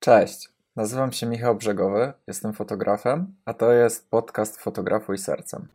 Cześć, nazywam się Michał Brzegowy, jestem fotografem, a to jest podcast Fotografuj Sercem.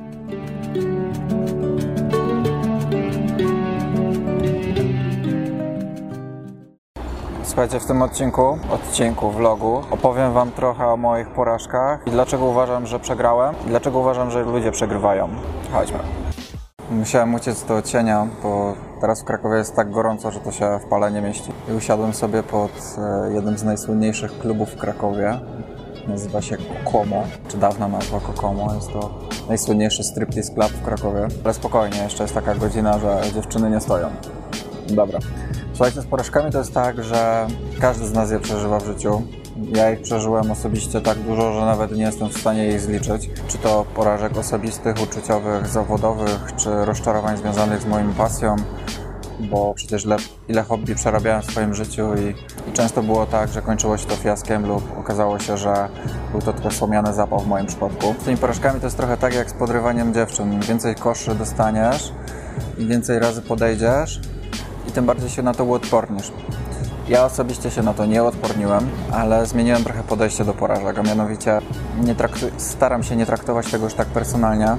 Słuchajcie, w tym odcinku vlogu opowiem Wam trochę o moich porażkach i dlaczego uważam, że przegrałem i dlaczego uważam, że ludzie przegrywają. Chodźmy. Musiałem uciec do cienia, bo teraz w Krakowie jest tak gorąco, że to się w pale nie mieści. I usiadłem sobie pod jednym z najsłynniejszych klubów w Krakowie. Nazywa się Kokomo, czy dawna nazwa Kokomo. Jest to najsłynniejszy striptease club w Krakowie. Ale spokojnie, jeszcze jest taka godzina, że dziewczyny nie stoją. Dobra. Słuchajcie, z porażkami to jest tak, że każdy z nas je przeżywa w życiu. Ja ich przeżyłem osobiście tak dużo, że nawet nie jestem w stanie jej zliczyć. Czy to porażek osobistych, uczuciowych, zawodowych, czy rozczarowań związanych z moją pasją, bo przecież ile hobby przerabiałem w swoim życiu i często było tak, że kończyło się to fiaskiem lub okazało się, że był to tylko słomiany zapał w moim przypadku. Z tymi porażkami to jest trochę tak jak z podrywaniem dziewczyn. Im więcej koszy dostaniesz, im więcej razy podejdziesz i tym bardziej się na to uodpornisz. Ja osobiście się na to nie odporniłem, ale zmieniłem trochę podejście do porażek, a mianowicie staram się nie traktować tego już tak personalnie.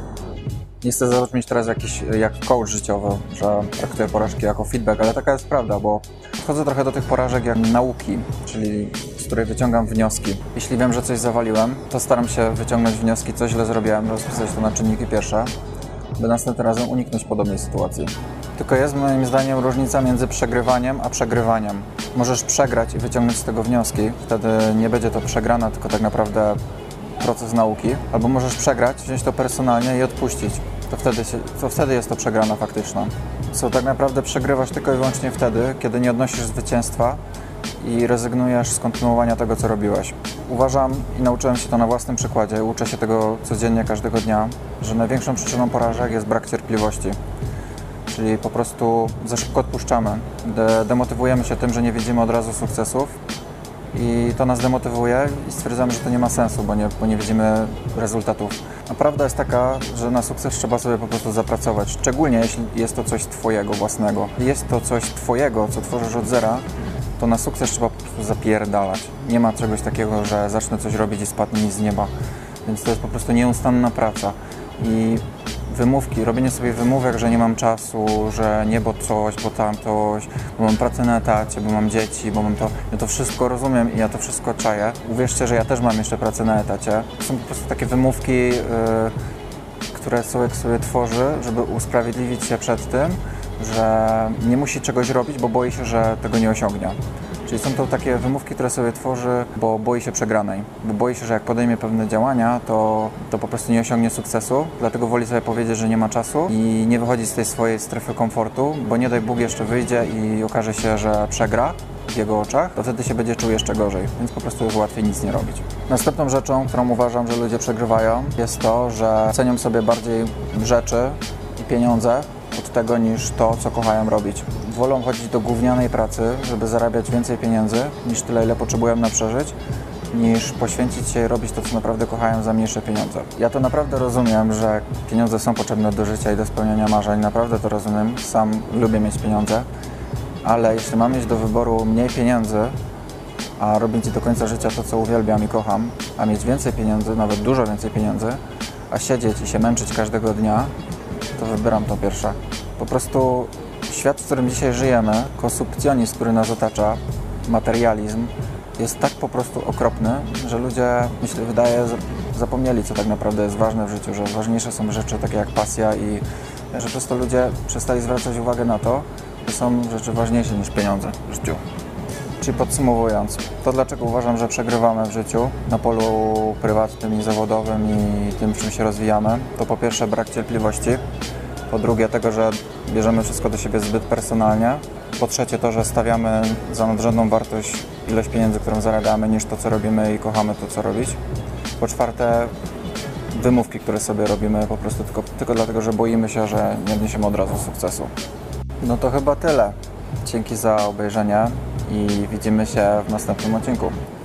Nie chcę zabrzmieć teraz jak coach życiowy, że traktuję porażki jako feedback, ale taka jest prawda, bo podchodzę trochę do tych porażek jak nauki, czyli z której wyciągam wnioski. Jeśli wiem, że coś zawaliłem, to staram się wyciągnąć wnioski, co źle zrobiłem, rozpisać to na czynniki pierwsze, by następnym razem uniknąć podobnej sytuacji. Tylko jest moim zdaniem różnica między przegrywaniem a przegrywaniem. Możesz przegrać i wyciągnąć z tego wnioski, wtedy nie będzie to przegrana, tylko tak naprawdę proces nauki. Albo możesz przegrać, wziąć to personalnie i odpuścić. To wtedy jest to przegrana faktyczna. Co tak naprawdę przegrywasz tylko i wyłącznie wtedy, kiedy nie odnosisz zwycięstwa i rezygnujesz z kontynuowania tego, co robiłeś. Uważam i nauczyłem się to na własnym przykładzie, uczę się tego codziennie, każdego dnia, że największą przyczyną porażek jest brak cierpliwości. Czyli po prostu za szybko odpuszczamy. Demotywujemy się tym, że nie widzimy od razu sukcesów i to nas demotywuje i stwierdzamy, że to nie ma sensu, bo nie widzimy rezultatów. A prawda jest taka, że na sukces trzeba sobie po prostu zapracować, szczególnie jeśli jest to coś Twojego własnego. Jeśli jest to coś Twojego, co tworzysz od zera, to na sukces trzeba po prostu zapierdalać. Nie ma czegoś takiego, że zacznę coś robić i spadnie nic z nieba. Więc to jest po prostu nieustanna praca. I wymówki, robienie sobie wymówek, że nie mam czasu, że nie, bo coś, bo tamtoś, bo mam pracę na etacie, bo mam dzieci, bo mam to... Ja to wszystko rozumiem i ja to wszystko czaję. Uwierzcie, że ja też mam jeszcze pracę na etacie. To są po prostu takie wymówki, które człowiek sobie tworzy, żeby usprawiedliwić się przed tym, że nie musi czegoś robić, bo boi się, że tego nie osiągnie. Czyli są to takie wymówki, które sobie tworzy, bo boi się przegranej. Bo boi się, że jak podejmie pewne działania, to po prostu nie osiągnie sukcesu. Dlatego woli sobie powiedzieć, że nie ma czasu i nie wychodzi z tej swojej strefy komfortu, bo nie daj Bóg jeszcze wyjdzie i okaże się, że przegra w jego oczach, to wtedy się będzie czuł jeszcze gorzej, więc po prostu jest łatwiej nic nie robić. Następną rzeczą, którą uważam, że ludzie przegrywają, jest to, że cenią sobie bardziej rzeczy i pieniądze od tego niż to, co kochają robić. Wolą chodzić do gównianej pracy, żeby zarabiać więcej pieniędzy niż tyle, ile potrzebują na przeżyć, niż poświęcić się i robić to, co naprawdę kochają za mniejsze pieniądze. Ja to naprawdę rozumiem, że pieniądze są potrzebne do życia i do spełniania marzeń. Naprawdę to rozumiem. Sam lubię mieć pieniądze, ale jeśli mam mieć do wyboru mniej pieniędzy, a robić do końca życia to, co uwielbiam i kocham, a mieć więcej pieniędzy, nawet dużo więcej pieniędzy, a siedzieć i się męczyć każdego dnia, to wybieram to pierwsze. Po prostu świat, w którym dzisiaj żyjemy, konsumpcjonizm, który nas otacza, materializm, jest tak po prostu okropny, że ludzie, wydaje, zapomnieli, co tak naprawdę jest ważne w życiu, że ważniejsze są rzeczy takie jak pasja i że po prostu ludzie przestali zwracać uwagę na to, że są rzeczy ważniejsze niż pieniądze w życiu. Czyli podsumowując, to dlaczego uważam, że przegrywamy w życiu na polu prywatnym i zawodowym i tym, w czym się rozwijamy, to po pierwsze brak cierpliwości, po drugie tego, że bierzemy wszystko do siebie zbyt personalnie, po trzecie to, że stawiamy za nadrzędną wartość ilość pieniędzy, którą zarabiamy, niż to, co robimy i kochamy to, co robić, po czwarte wymówki, które sobie robimy po prostu tylko dlatego, że boimy się, że nie odniesiemy od razu sukcesu. No to chyba tyle. Dzięki za obejrzenie i widzimy się w następnym odcinku.